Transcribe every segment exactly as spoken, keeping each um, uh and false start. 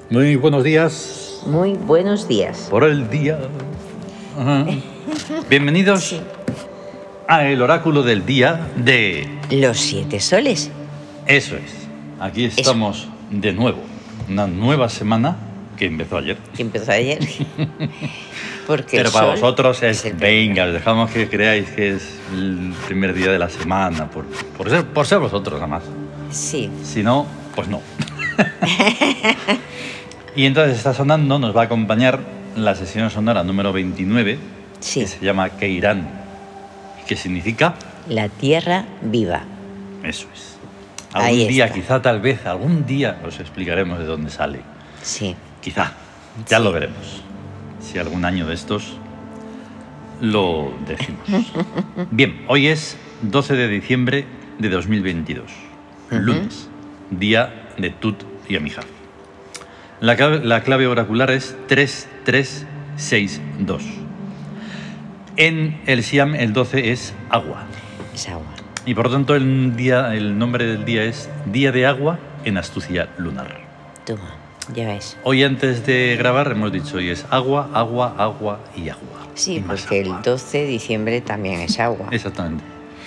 Muy buenos días. Muy buenos días. Por el día. Ajá. Bienvenidos Sí. a el oráculo del día de... Los siete soles. Eso es. Aquí estamos de nuevo. Una nueva semana que empezó ayer. Que empezó ayer. Porque Pero el para sol vosotros es, es el venga, os dejamos que creáis que es el primer día de la semana. Por, por, ser, por ser vosotros nada más. Sí. Si no, pues no. Y entonces está sonando, nos va a acompañar la sesión sonora número veintinueve, Sí. que se llama Keirán, que significa La tierra viva. eso es. Algún Ahí día, está. quizá, tal vez, algún día os explicaremos de dónde sale. Sí. Quizá, ya Sí. lo veremos. Si algún año de estos lo decimos. Bien, hoy es doce de diciembre de dos mil veintidós, Ujú. lunes, día de Tut y Amijaf. La clave, la clave oracular es tres tres seis dos. En el Siam el doce es agua. Es agua. Y por lo tanto el, día, el nombre del día es Día de Agua en Astucia Lunar. Toma, ya ves. Hoy antes de grabar hemos dicho hoy es agua, agua, agua y agua. Sí, Y más porque agua. el doce de diciembre también es agua. Exactamente.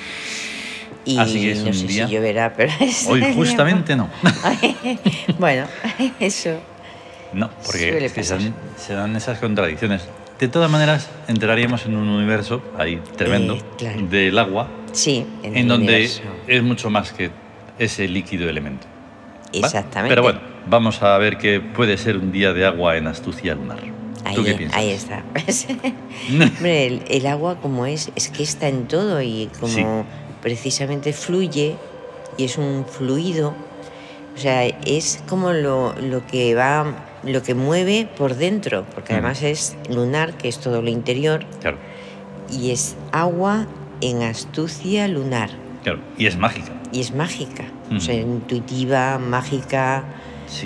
Y así que es no un sé día- si lloverá, pero es Hoy justamente no. Bueno, eso. No, porque Suele es que se pasar. dan, se dan esas contradicciones. De todas maneras, entraríamos en un universo ahí tremendo Eh, claro. del agua, Sí, en, en el donde universo. es mucho más que ese líquido elemento. ¿va? Exactamente. Pero bueno, vamos a ver qué puede ser un día de agua en Astucia Lunar. Ahí, ¿Tú qué piensas? ahí está. Hombre, el, el agua como es, es que está en todo y como Sí. precisamente fluye y es un fluido, o sea, es como lo, lo que va, lo que mueve por dentro, porque Mm. además es lunar, que es todo lo interior, Claro, y es agua en astucia lunar. claro. Y es mágica. Y es mágica, Mm. o sea, intuitiva, mágica, Sí.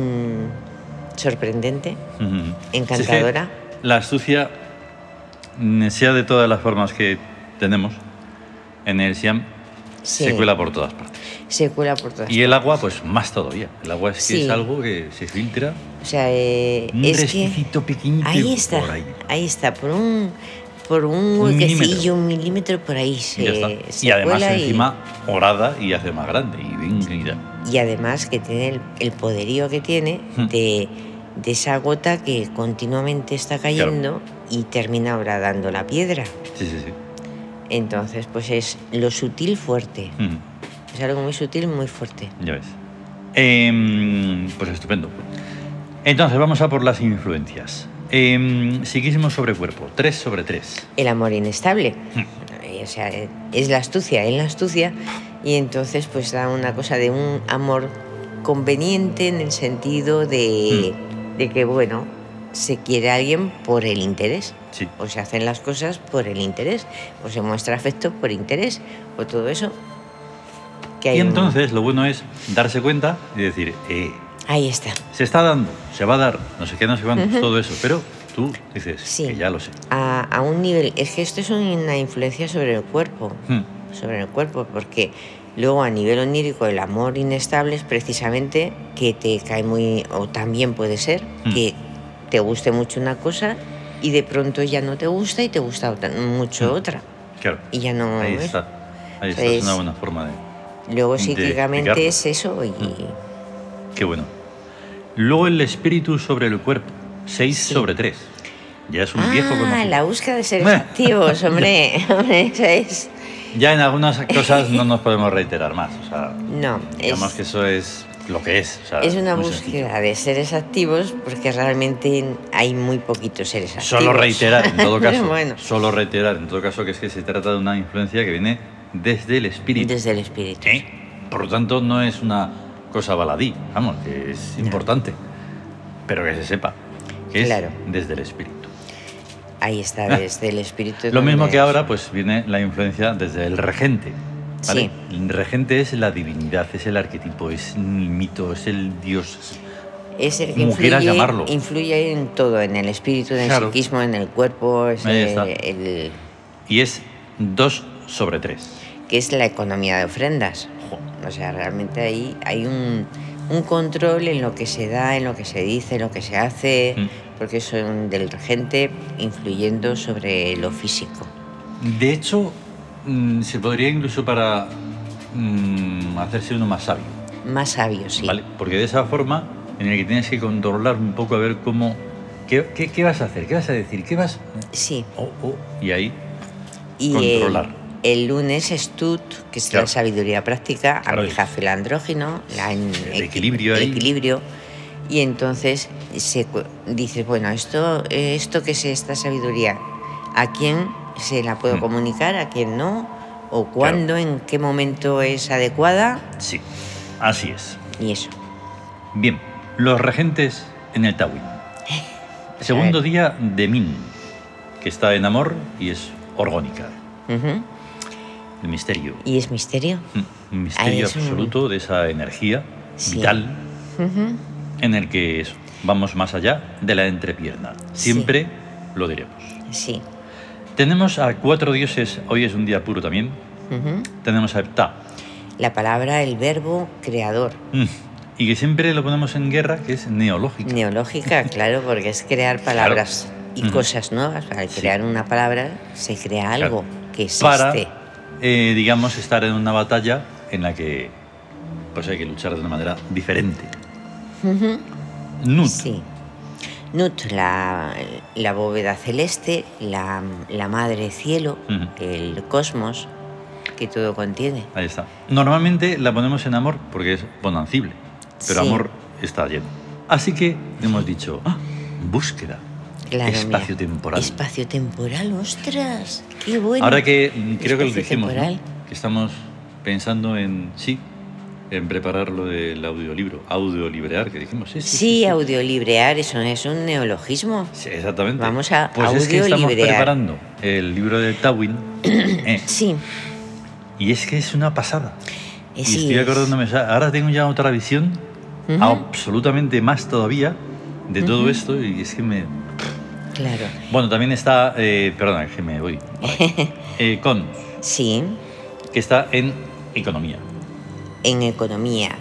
mm, sorprendente, Ujú. encantadora. Si es que la astucia, mm, sea de todas las formas que tenemos, en el Siam Sí. se cuela por todas partes. Se cuela por todas Y el agua, pues más todavía. El agua es que Sí. es algo que se filtra. O sea, eh, Un es que resquicito pequeñito ahí y está, por ahí. ahí está, por un por un Un huequecillo, milímetro. un milímetro por ahí se, Y ya está. se Y además cuela y- encima orada y hace más grande. Y venga, y ya. y, además que tiene el, el poderío que tiene Hmm. de, de esa gota que continuamente está cayendo y termina horadando la piedra. Sí, sí, sí. Entonces, pues es lo sutil fuerte. Ujú. Es algo muy sutil, muy fuerte. Ya ves. Em, pues estupendo. Entonces vamos a por las influencias. Em, psiquismo sobre cuerpo, tres sobre tres. El amor inestable. Hmm. Eh, O sea, eh, es la astucia, es la astucia. Y entonces pues da una cosa de un amor conveniente en el sentido de, de que, bueno, se quiere a alguien por el interés. Sí. O se hacen las cosas por el interés. O se muestra afecto por interés. O todo eso. Que hay Y un- entonces lo bueno es darse cuenta y decir, eh, Ahí está. se está dando, se va a dar, no sé qué, no sé cuánto, Ujú. todo eso. Pero tú dices Sí. que ya lo sé. A, a un nivel. Es que esto es una influencia sobre el cuerpo. Hmm. sobre el cuerpo, porque luego a nivel onírico el amor inestable es precisamente que te cae muy, o también puede ser Mm. que te guste mucho una cosa y de pronto ya no te gusta y te gusta otra- mucho Mm. otra Claro. y ya no Ahí ¿ves? está. Ahí está, Es- es una buena forma de... Luego de psíquicamente explicarlo. es eso y Qué bueno. Luego el espíritu sobre el cuerpo, seis Sí. sobre tres. Ya es un viejo ah, conocido. la búsqueda de seres activos, hombre, hombre, eso es. Ya en algunas cosas no nos podemos reiterar más. O sea, No, digamos es, que eso es lo que es. O sea, es una muy búsqueda sencillo. de seres activos porque realmente hay muy poquitos seres activos. Solo reiterar, en todo caso. Bueno, Solo reiterar, en todo caso, que es que se trata de una influencia que viene desde el espíritu. desde el espíritu. ¿eh? Por lo tanto, no es una cosa baladí, vamos, que es No. importante. Pero que se sepa que Claro. es desde el espíritu. Ahí está, desde el espíritu. Lo mismo donde- que ahora, pues viene la influencia desde el regente. ¿Vale? Sí. El regente es la divinidad, es el arquetipo, es el mito, es el dios. Es el que como quieras influye, llamarlo. influye en todo, en el espíritu, en el Claro. psiquismo, en el cuerpo, es Ahí el, está. el- Y es dos sobre tres. que es la economía de ofrendas. Jo. O sea, realmente ahí hay un, un control en lo que se da, en lo que se dice, en lo que se hace, Mm. porque son del regente influyendo sobre lo físico. De hecho, mm, se podría incluso para mm, hacerse uno más sabio, Más sabio, sí. ¿vale? Porque de esa forma, en el que tienes que controlar un poco a ver cómo, qué, qué, qué vas a hacer, qué vas a decir, qué vas... Sí. Oh, oh, y ahí, Y controlar. El, el lunes es Tut, que es Claro. la sabiduría práctica, Claro, Amijaf el andrógino, la en- el equilibrio el ahí. equilibrio. Y entonces se, cu- dices, bueno, esto, esto que es esta sabiduría, ¿a quién se la puedo Mm. comunicar, a quién no? ¿O cuándo, en qué momento es adecuada? Sí, así es. Y eso. Bien, los regentes en el Tawin. Segundo día de Min, que está en amor y es orgónica. Ujú. El misterio. ¿Y es misterio? Mm, Un misterio Ahí es un- absoluto de esa energía Sí. vital Ujú. en el que eso, vamos más allá de la entrepierna. Sí. Siempre lo diremos. Sí. Tenemos a cuatro dioses, hoy es un día puro también. Ujú. Tenemos a Ptah, La palabra, el verbo creador. mm, y que siempre lo ponemos en guerra, que es neológica. Neológica, claro, porque es crear palabras y Ujú. cosas nuevas. Al Sí. crear una palabra se crea algo Claro. que existe. Para, eh, digamos, estar en una batalla en la que pues hay que luchar de una manera diferente. Ujú. Nut, Sí. Nut, la, la bóveda celeste, la, la madre cielo, Ujú. el cosmos que todo contiene. ahí está. Normalmente la ponemos en amor porque es bonancible, pero Sí. amor está lleno. Así que hemos dicho, ah, búsqueda, Claro, espacio mira. temporal. Espacio temporal, ostras, qué bueno. Ahora que mm, creo que lo Espacio dijimos, ¿no? temporal. Que estamos pensando en, sí, en preparar lo del audiolibro, audiolibrear, que dijimos. Sí, sí, Sí, sí, sí. audiolibrear, eso es un neologismo. Sí, exactamente. Vamos a Pues es que estamos audiolibrear. preparando el libro de Tawin eh, Sí, y es que es una pasada. eh, Y sí estoy es. acordándome, o sea, ahora tengo ya otra visión, Ujú. absolutamente más todavía, de todo Ujú. esto y es que me... Claro. Bueno, también está, eh, perdona, que me voy. por ahí. Eh, Cons, Sí, que está en economía. en economía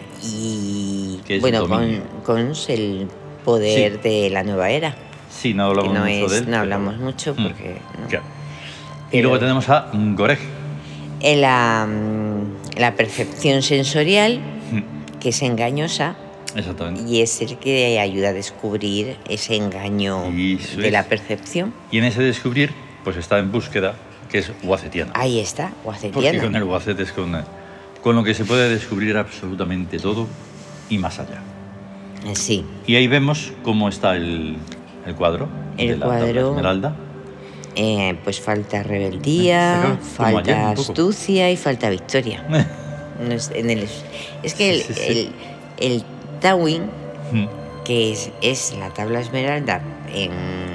y Que es bueno, dominio. con, con el poder de la nueva era. Sí, no Que hablamos no, mucho es, de él. no pero- hablamos mucho Mm, porque... no. claro. Y Pero- luego tenemos a Goreg. En la, mm, la percepción sensorial, Mm, que es engañosa, exactamente. y es el que ayuda a descubrir ese engaño Eso de es. la percepción. Y en ese descubrir, pues está en búsqueda, que es Huacetiana. Ahí está, Porque Huacetiana. con el Huacet es con, con lo que se puede descubrir absolutamente todo y más allá. Sí, Y ahí vemos cómo está el, el cuadro El de la tabla cuadro. esmeralda. eh, pues falta Eh, rebeldía, como falta ayer un poco. astucia y falta victoria. No es, en el- es que el, Sí, sí, sí. el, el Tawin, Mm, que es, es la tabla esmeralda en,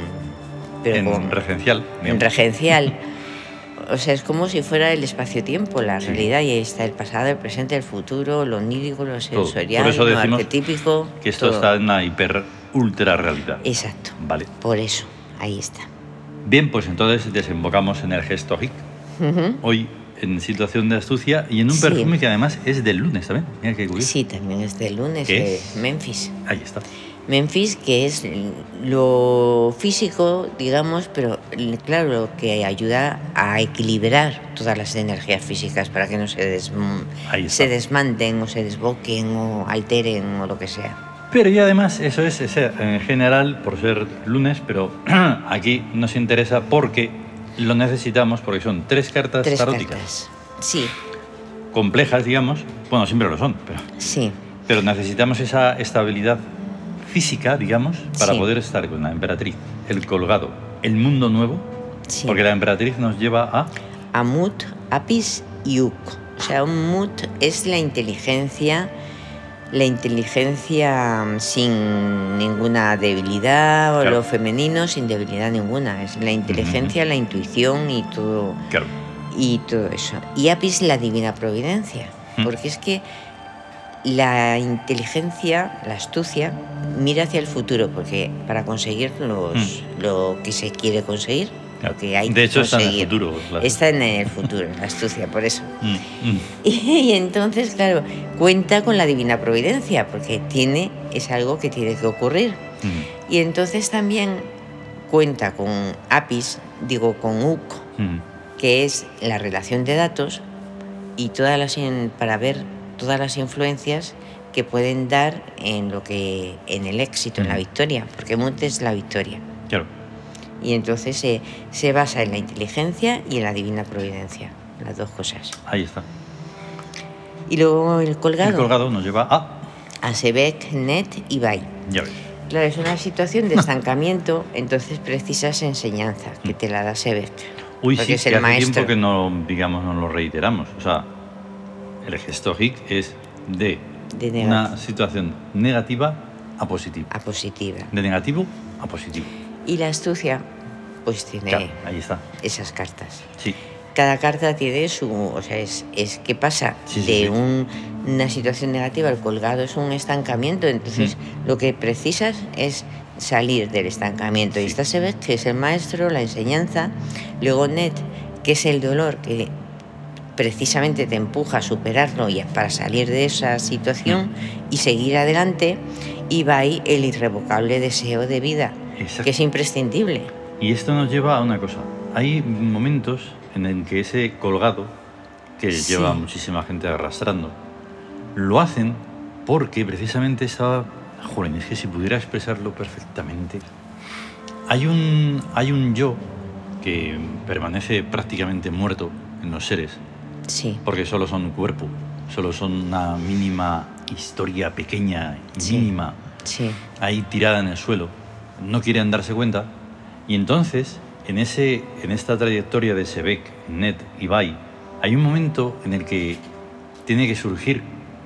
pero en con- regencial. en digamos. regencial, o sea, es como si fuera el espacio-tiempo, la Sí. realidad, y ahí está el pasado, el presente, el futuro, lo onírico, lo Todo. sensorial, Por eso lo decimos arquetípico. Que esto todo. está en una hiper ultra realidad. Exacto, Vale. por eso, ahí está. Bien, pues entonces desembocamos en el gesto hic. Ujú. Hoy en situación de astucia y en un Sí. perfume que además es del lunes también. Mira qué curioso. Sí, también es de lunes, ¿Qué de es? Memphis. Ahí está. Memphis, que es lo físico, digamos, pero claro, lo que ayuda a equilibrar todas las energías físicas para que no se, desm- Ahí está. se desmanden o se desboquen o alteren o lo que sea. Pero y además, eso es, es en general, por ser lunes, pero aquí nos interesa porque lo necesitamos, porque son tres cartas Tres taróticas cartas. Sí, complejas, digamos. Bueno, siempre lo son, pero, sí, pero necesitamos esa estabilidad física, digamos, para Sí. poder estar con la emperatriz, el colgado, el mundo nuevo, sí. porque la emperatriz nos lleva a... Amut, Apis y Uk. O sea, un Mut es la inteligencia, la inteligencia mm, sin ninguna debilidad, o Claro. lo femenino sin debilidad ninguna. Es la inteligencia, la intuición y todo, Claro. y todo eso. Y Apis, la divina providencia. Mm. Porque es que la inteligencia, la astucia, mira hacia el futuro, porque para conseguir los, Mm. lo que se quiere conseguir, Claro. lo que hay De hecho, que está en el conseguir. futuro, la Está en el futuro, la astucia, por eso. Mm, mm. Y, y entonces, claro, cuenta con la divina providencia, porque tiene, es algo que tiene que ocurrir. Mm, Y entonces también cuenta con A P Is, digo con U C, mm. que es la relación de datos y todas las in- para ver todas las influencias que pueden dar en lo que en el éxito, en la Mm. victoria, porque Mut es la victoria. Claro. Y entonces se, se basa en la inteligencia y en la divina providencia, las dos cosas. Ahí está. Y luego el colgado, El colgado nos lleva a... a Sebek, Net y Bai. Ya ves. Claro, es una situación de estancamiento, entonces precisas enseñanza, que te la da Sebek. Uy, porque sí, es que el hace maestro. tiempo que no, digamos, no lo reiteramos. O sea, el gesto hic es de, De una negativo. situación negativa a positiva. A positiva. De negativo a positivo. Y la astucia, pues tiene Claro, ahí está. esas cartas. Sí. Cada carta tiene su... O sea, es, es que pasa Sí, sí, de sí. un- una situación negativa, el colgado es un estancamiento, entonces Mm. lo que precisas es salir del estancamiento. Y Sí. está Sebek, que es el maestro, la enseñanza. Luego Net, que es el dolor, que precisamente te empuja a superarlo y a- para salir de esa situación y seguir adelante. Y Bai, el irrevocable deseo de vida, Exacto. que es imprescindible. Y esto nos lleva a una cosa. Hay momentos en el que ese colgado, que Sí. lleva muchísima gente arrastrando, lo hacen porque precisamente estaba... Joder, es que si pudiera expresarlo perfectamente. Hay un, hay un yo que permanece prácticamente muerto en los seres, Sí, porque solo son cuerpo, solo son una mínima historia pequeña y Sí. mínima sí, ahí tirada en el suelo, no quieren darse cuenta, y entonces en, ese, en esta trayectoria de Sebek, Net y Bai, hay un momento en el que tiene que surgir,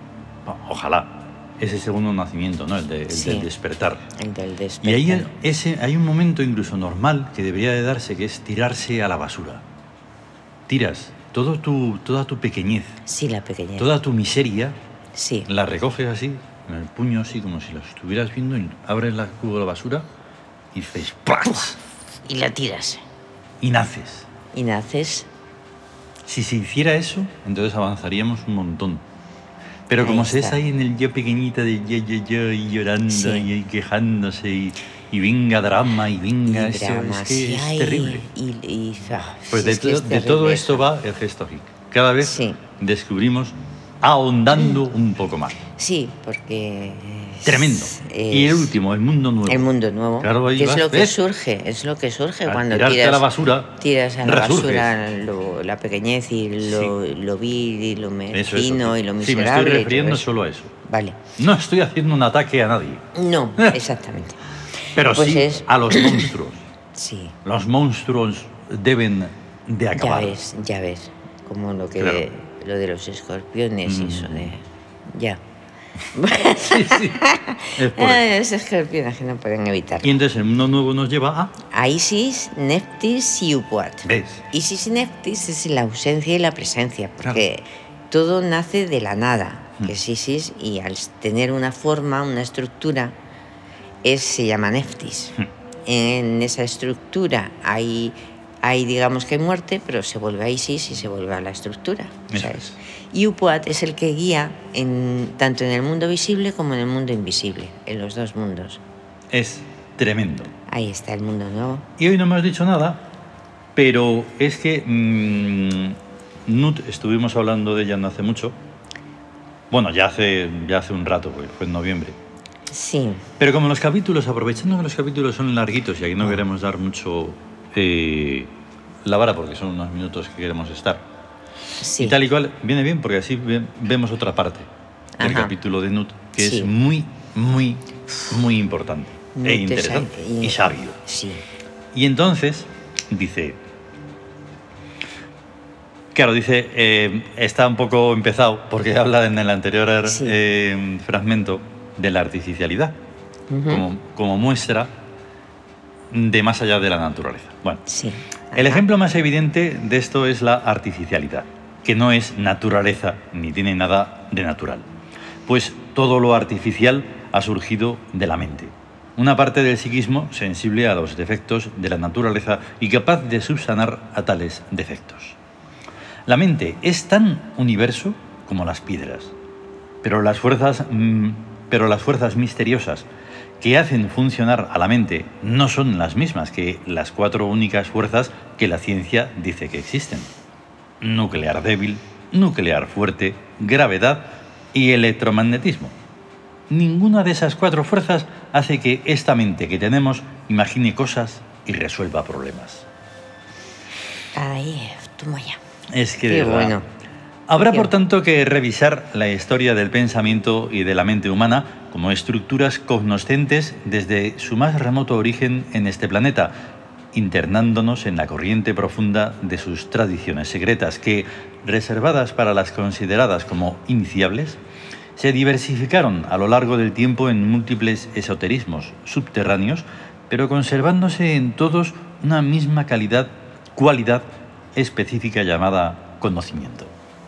ojalá, ese segundo nacimiento, ¿no? el, de- el Sí. del despertar. el del Y despertar. ahí ese, hay un momento incluso normal que debería de darse, que es tirarse a la basura. Tiras todo tu, toda tu pequeñez, Sí, la pequeñez. toda tu miseria, Sí, la recoges así, en el puño así, como si lo estuvieras viendo, y abres la cubo de la basura y dices ¡plas! y la tiras. Y naces. Y naces. Si se hiciera eso, entonces avanzaríamos un montón. Pero Ahí como se es está. ahí en el yo pequeñito de yo, yo, yo, y llorando Sí. y, y quejándose y, y venga drama y venga, y esto dramas, es que y es ay, terrible. Y, y- ah, Pues sí, de, es que to- es de terrible todo eso. esto va el gesto hic. Cada vez Sí. descubrimos ahondando un poco más. Sí, porque... es- Tremendo. es Y el último, el mundo nuevo. El mundo nuevo. Claro, ahí que es vas, lo que ¿ves? surge, es lo que surge Al cuando tirarte tiras a la basura, tiras a la resurges. basura lo- la pequeñez y lo, lo vil y lo Eso, eso, mezquino sí. y lo Sí, me miserable. estoy y todo refiriendo eso. solo a eso. Vale. No estoy haciendo un ataque a nadie, No, exactamente. pero Pues sí es- a los monstruos. Sí, Los monstruos deben de ya acabar. ves, ya ves. Como lo que Claro. lo de los escorpiones y Mm. eso de. Ya. Sí, sí. Es por eso. Ah, los escorpiones que no pueden evitar. Y entonces el mundo nuevo nos lleva a... A Isis, Neftis y Upuat. ¿Ves? Isis y Neftis es la ausencia y la presencia, porque todo nace de la nada, que es Isis, y al tener una forma, una estructura, es, se llama Neftis. Mm. En esa estructura hay, hay, digamos que hay muerte, pero se vuelve a Isis y se vuelve a la estructura. Eso ¿sabes? es. Y Upuat es el que guía en, tanto en el mundo visible como en el mundo invisible, en los dos mundos. Es tremendo. Ahí está el mundo nuevo. Y hoy no me has dicho nada, pero es que mmm, Nut, estuvimos hablando de ella no hace mucho. Bueno, ya hace, ya hace un rato, porque fue en noviembre. Sí, Pero como los capítulos, aprovechando que los capítulos son larguitos y aquí no queremos dar mucho eh, la vara porque son unos minutos que queremos estar. sí. Y tal y cual, viene bien porque así ve- vemos otra parte del Ajá. capítulo de Nut, que Sí. es muy, muy, muy importante Nut e es interesante sab- y sabio. Sí, Y entonces dice, claro, dice, eh, está un poco empezado porque habla en el anterior Sí. eh, fragmento de la artificialidad, Ujú. como, como muestra de más allá de la naturaleza. Bueno, sí. el Ajá. ejemplo más evidente de esto es la artificialidad, que no es naturaleza ni tiene nada de natural, pues todo lo artificial ha surgido de la mente. una parte del psiquismo sensible a los defectos de la naturaleza y capaz de subsanar a tales defectos. La mente es tan universo como las piedras, pero las fuerzas, mmm, pero las fuerzas misteriosas que hacen funcionar a la mente no son las mismas que las cuatro únicas fuerzas que la ciencia dice que existen: nuclear débil, nuclear fuerte, gravedad y electromagnetismo. Ninguna de esas cuatro fuerzas hace que esta mente que tenemos imagine cosas y resuelva problemas. Ay, toma ya. Es que Qué de verdad, bueno. habrá Qué por tanto que revisar la historia del pensamiento y de la mente humana como estructuras cognoscentes desde su más remoto origen en este planeta, internándonos en la corriente profunda de sus tradiciones secretas que, reservadas para las consideradas como iniciables, se diversificaron a lo largo del tiempo en múltiples esoterismos subterráneos, pero conservándose en todos una misma calidad, cualidad específica llamada conocimiento.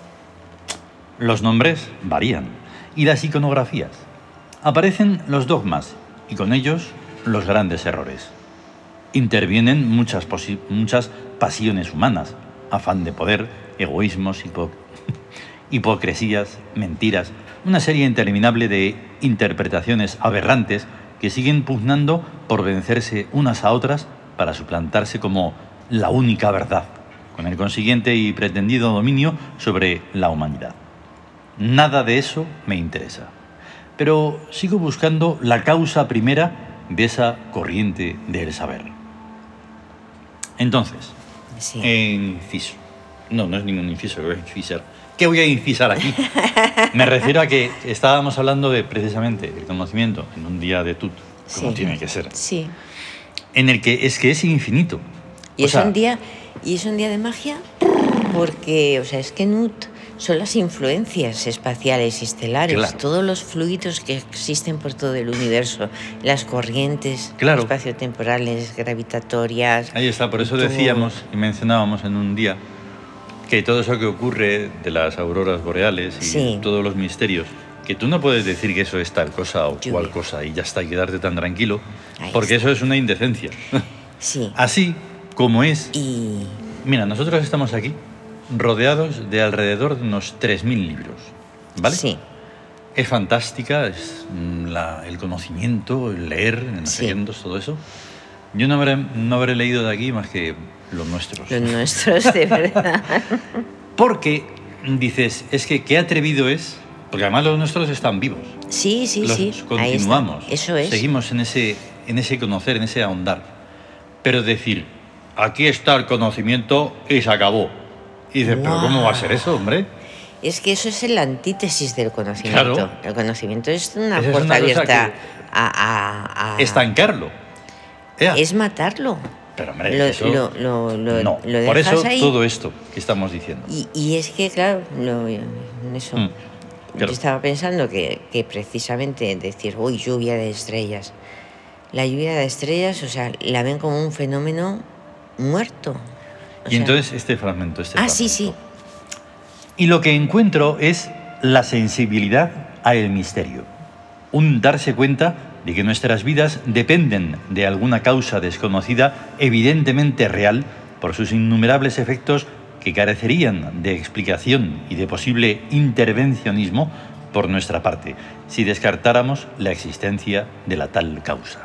Los nombres varían y las iconografías. Aparecen los dogmas y con ellos los grandes errores. Intervienen muchas, muchas pasiones humanas, afán de poder, egoísmos, hipo hipocresías, mentiras, una serie interminable de interpretaciones aberrantes que siguen pugnando por vencerse unas a otras para suplantarse como la única verdad, con el consiguiente y pretendido dominio sobre la humanidad. Nada de eso me interesa, pero sigo buscando la causa primera de esa corriente del saber. Entonces, Sí. inciso. No, no es ningún inciso, voy a incisar. ¿Qué voy a incisar aquí? Me refiero a que estábamos hablando de precisamente el conocimiento en un día de Tut, como Sí. tiene que ser, Sí. en el que es que es infinito. Y O es sea, un día y es un día de magia porque, o sea, es que Nut son las influencias espaciales y estelares, Claro. todos los fluidos que existen por todo el universo, las corrientes Claro. espaciotemporales, gravitatorias. Ahí está, por eso todo. decíamos y mencionábamos en un día que todo eso que ocurre de las auroras boreales y Sí. todos los misterios, que tú no puedes decir que eso es tal cosa o Lluvia. cual cosa y ya está, y quedarte tan tranquilo, Ahí porque está. eso es una indecencia. Sí. Así como es, Y mira, nosotros estamos aquí rodeados de alrededor de unos tres mil libros, ¿vale? sí, Es fantástica, es mm, la- el conocimiento, el leer, en los Sí. leyendos, todo eso. Yo no habré, no habré leído de aquí más que los nuestros. los nuestros de verdad. Porque dices, es que qué atrevido es, porque además los nuestros están vivos. Sí, sí, los sí. Ahí está. continuamos. Eso es. Seguimos en ese, en ese conocer, en ese ahondar. Pero decir, aquí está el conocimiento y se acabó. Y dices, pero ¿cómo va a ser eso, hombre? Es que eso es la antítesis del conocimiento. Claro. El conocimiento es una Esa es puerta una cosa abierta que- a, a- a- Estancarlo. Ea. Es matarlo. Pero, hombre, lo, eso- lo, lo, lo- no, lo por dejas eso ahí. todo esto que estamos diciendo. Y, y es que, claro, lo- en eso. Mm, claro. Yo estaba pensando que, que precisamente decir, uy, lluvia de estrellas. La lluvia de estrellas, o sea, la ven como un fenómeno muerto. O Y sea, entonces este fragmento, este Ah, sí, sí. fragmento. Y lo que encuentro es la sensibilidad al misterio. Un darse cuenta de que nuestras vidas dependen de alguna causa desconocida, evidentemente real, por sus innumerables efectos que carecerían de explicación y de posible intervencionismo por nuestra parte, si descartáramos la existencia de la tal causa.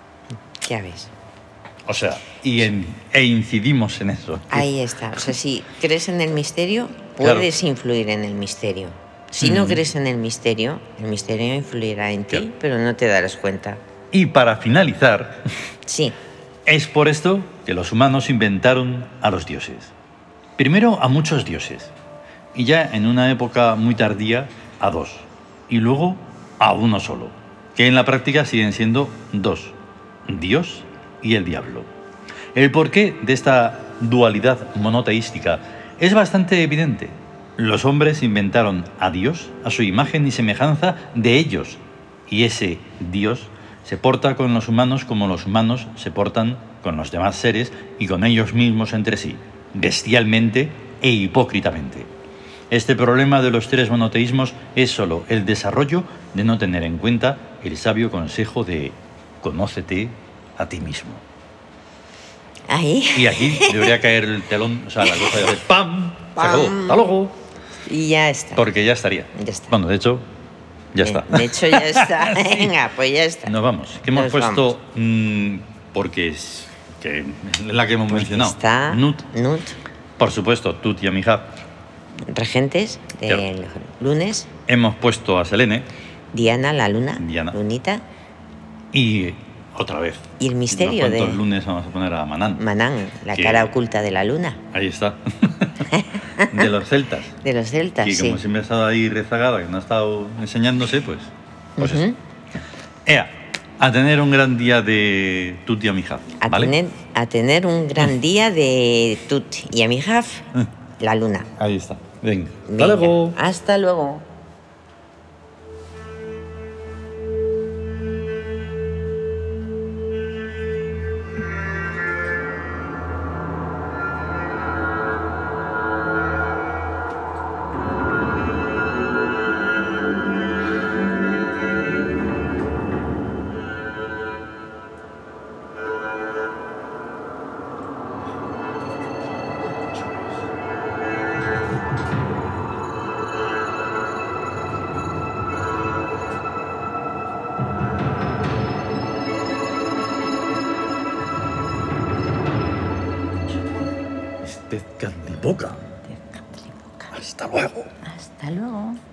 Ya ves. O sea, y en- e incidimos en eso. Ahí está. O sea, si crees en el misterio, Claro. puedes influir en el misterio. Si no Mm. crees en el misterio, el misterio influirá en ti, Claro. pero no te darás cuenta. Y para finalizar, Sí, es por esto que los humanos inventaron a los dioses. Primero a muchos dioses, y ya en una época muy tardía a dos, y luego a uno solo, que en la práctica siguen siendo dos, Dios y el diablo. El porqué de esta dualidad monoteística es bastante evidente. Los hombres inventaron a Dios a su imagen y semejanza de ellos, y ese Dios se porta con los humanos como los humanos se portan con los demás seres y con ellos mismos entre sí, bestialmente e hipócritamente. Este problema de los tres monoteísmos es solo el desarrollo de no tener en cuenta el sabio consejo de conócete a ti mismo. Ahí. Y aquí debería caer el telón, o sea, la cosa de hacer ¡pam! Se Pam. acabó, hasta luego. Y ya está. Porque ya estaría. Ya está. Bueno, de hecho, ya Bien, está. De hecho, ya está. Sí. Venga, pues ya está. Nos vamos. Que hemos Nos puesto, mmm, porque es, que es la que hemos mencionado. Está Nut. Nut, Por supuesto, Tut y Amihab. regentes del lunes. Hemos puesto a Selene Diana, la luna. Diana. Lunita. y otra vez. Y el misterio Unos cuantos de lunes vamos a poner a Manán. Manán, la Que- cara oculta de la luna. Ahí está. De los celtas. De los celtas, Que sí. como siempre ha estado ahí rezagada, que no ha estado enseñándose, pues. Pues Ujú. eso. Ea, a tener un gran día de Tut y Amihab. A, ¿Vale? tener, a tener un gran día de Tut y Amihab, la luna. Ahí está. Venga. Hasta Venga, luego. Hasta luego. Este candiboca. Hasta luego. Hasta luego.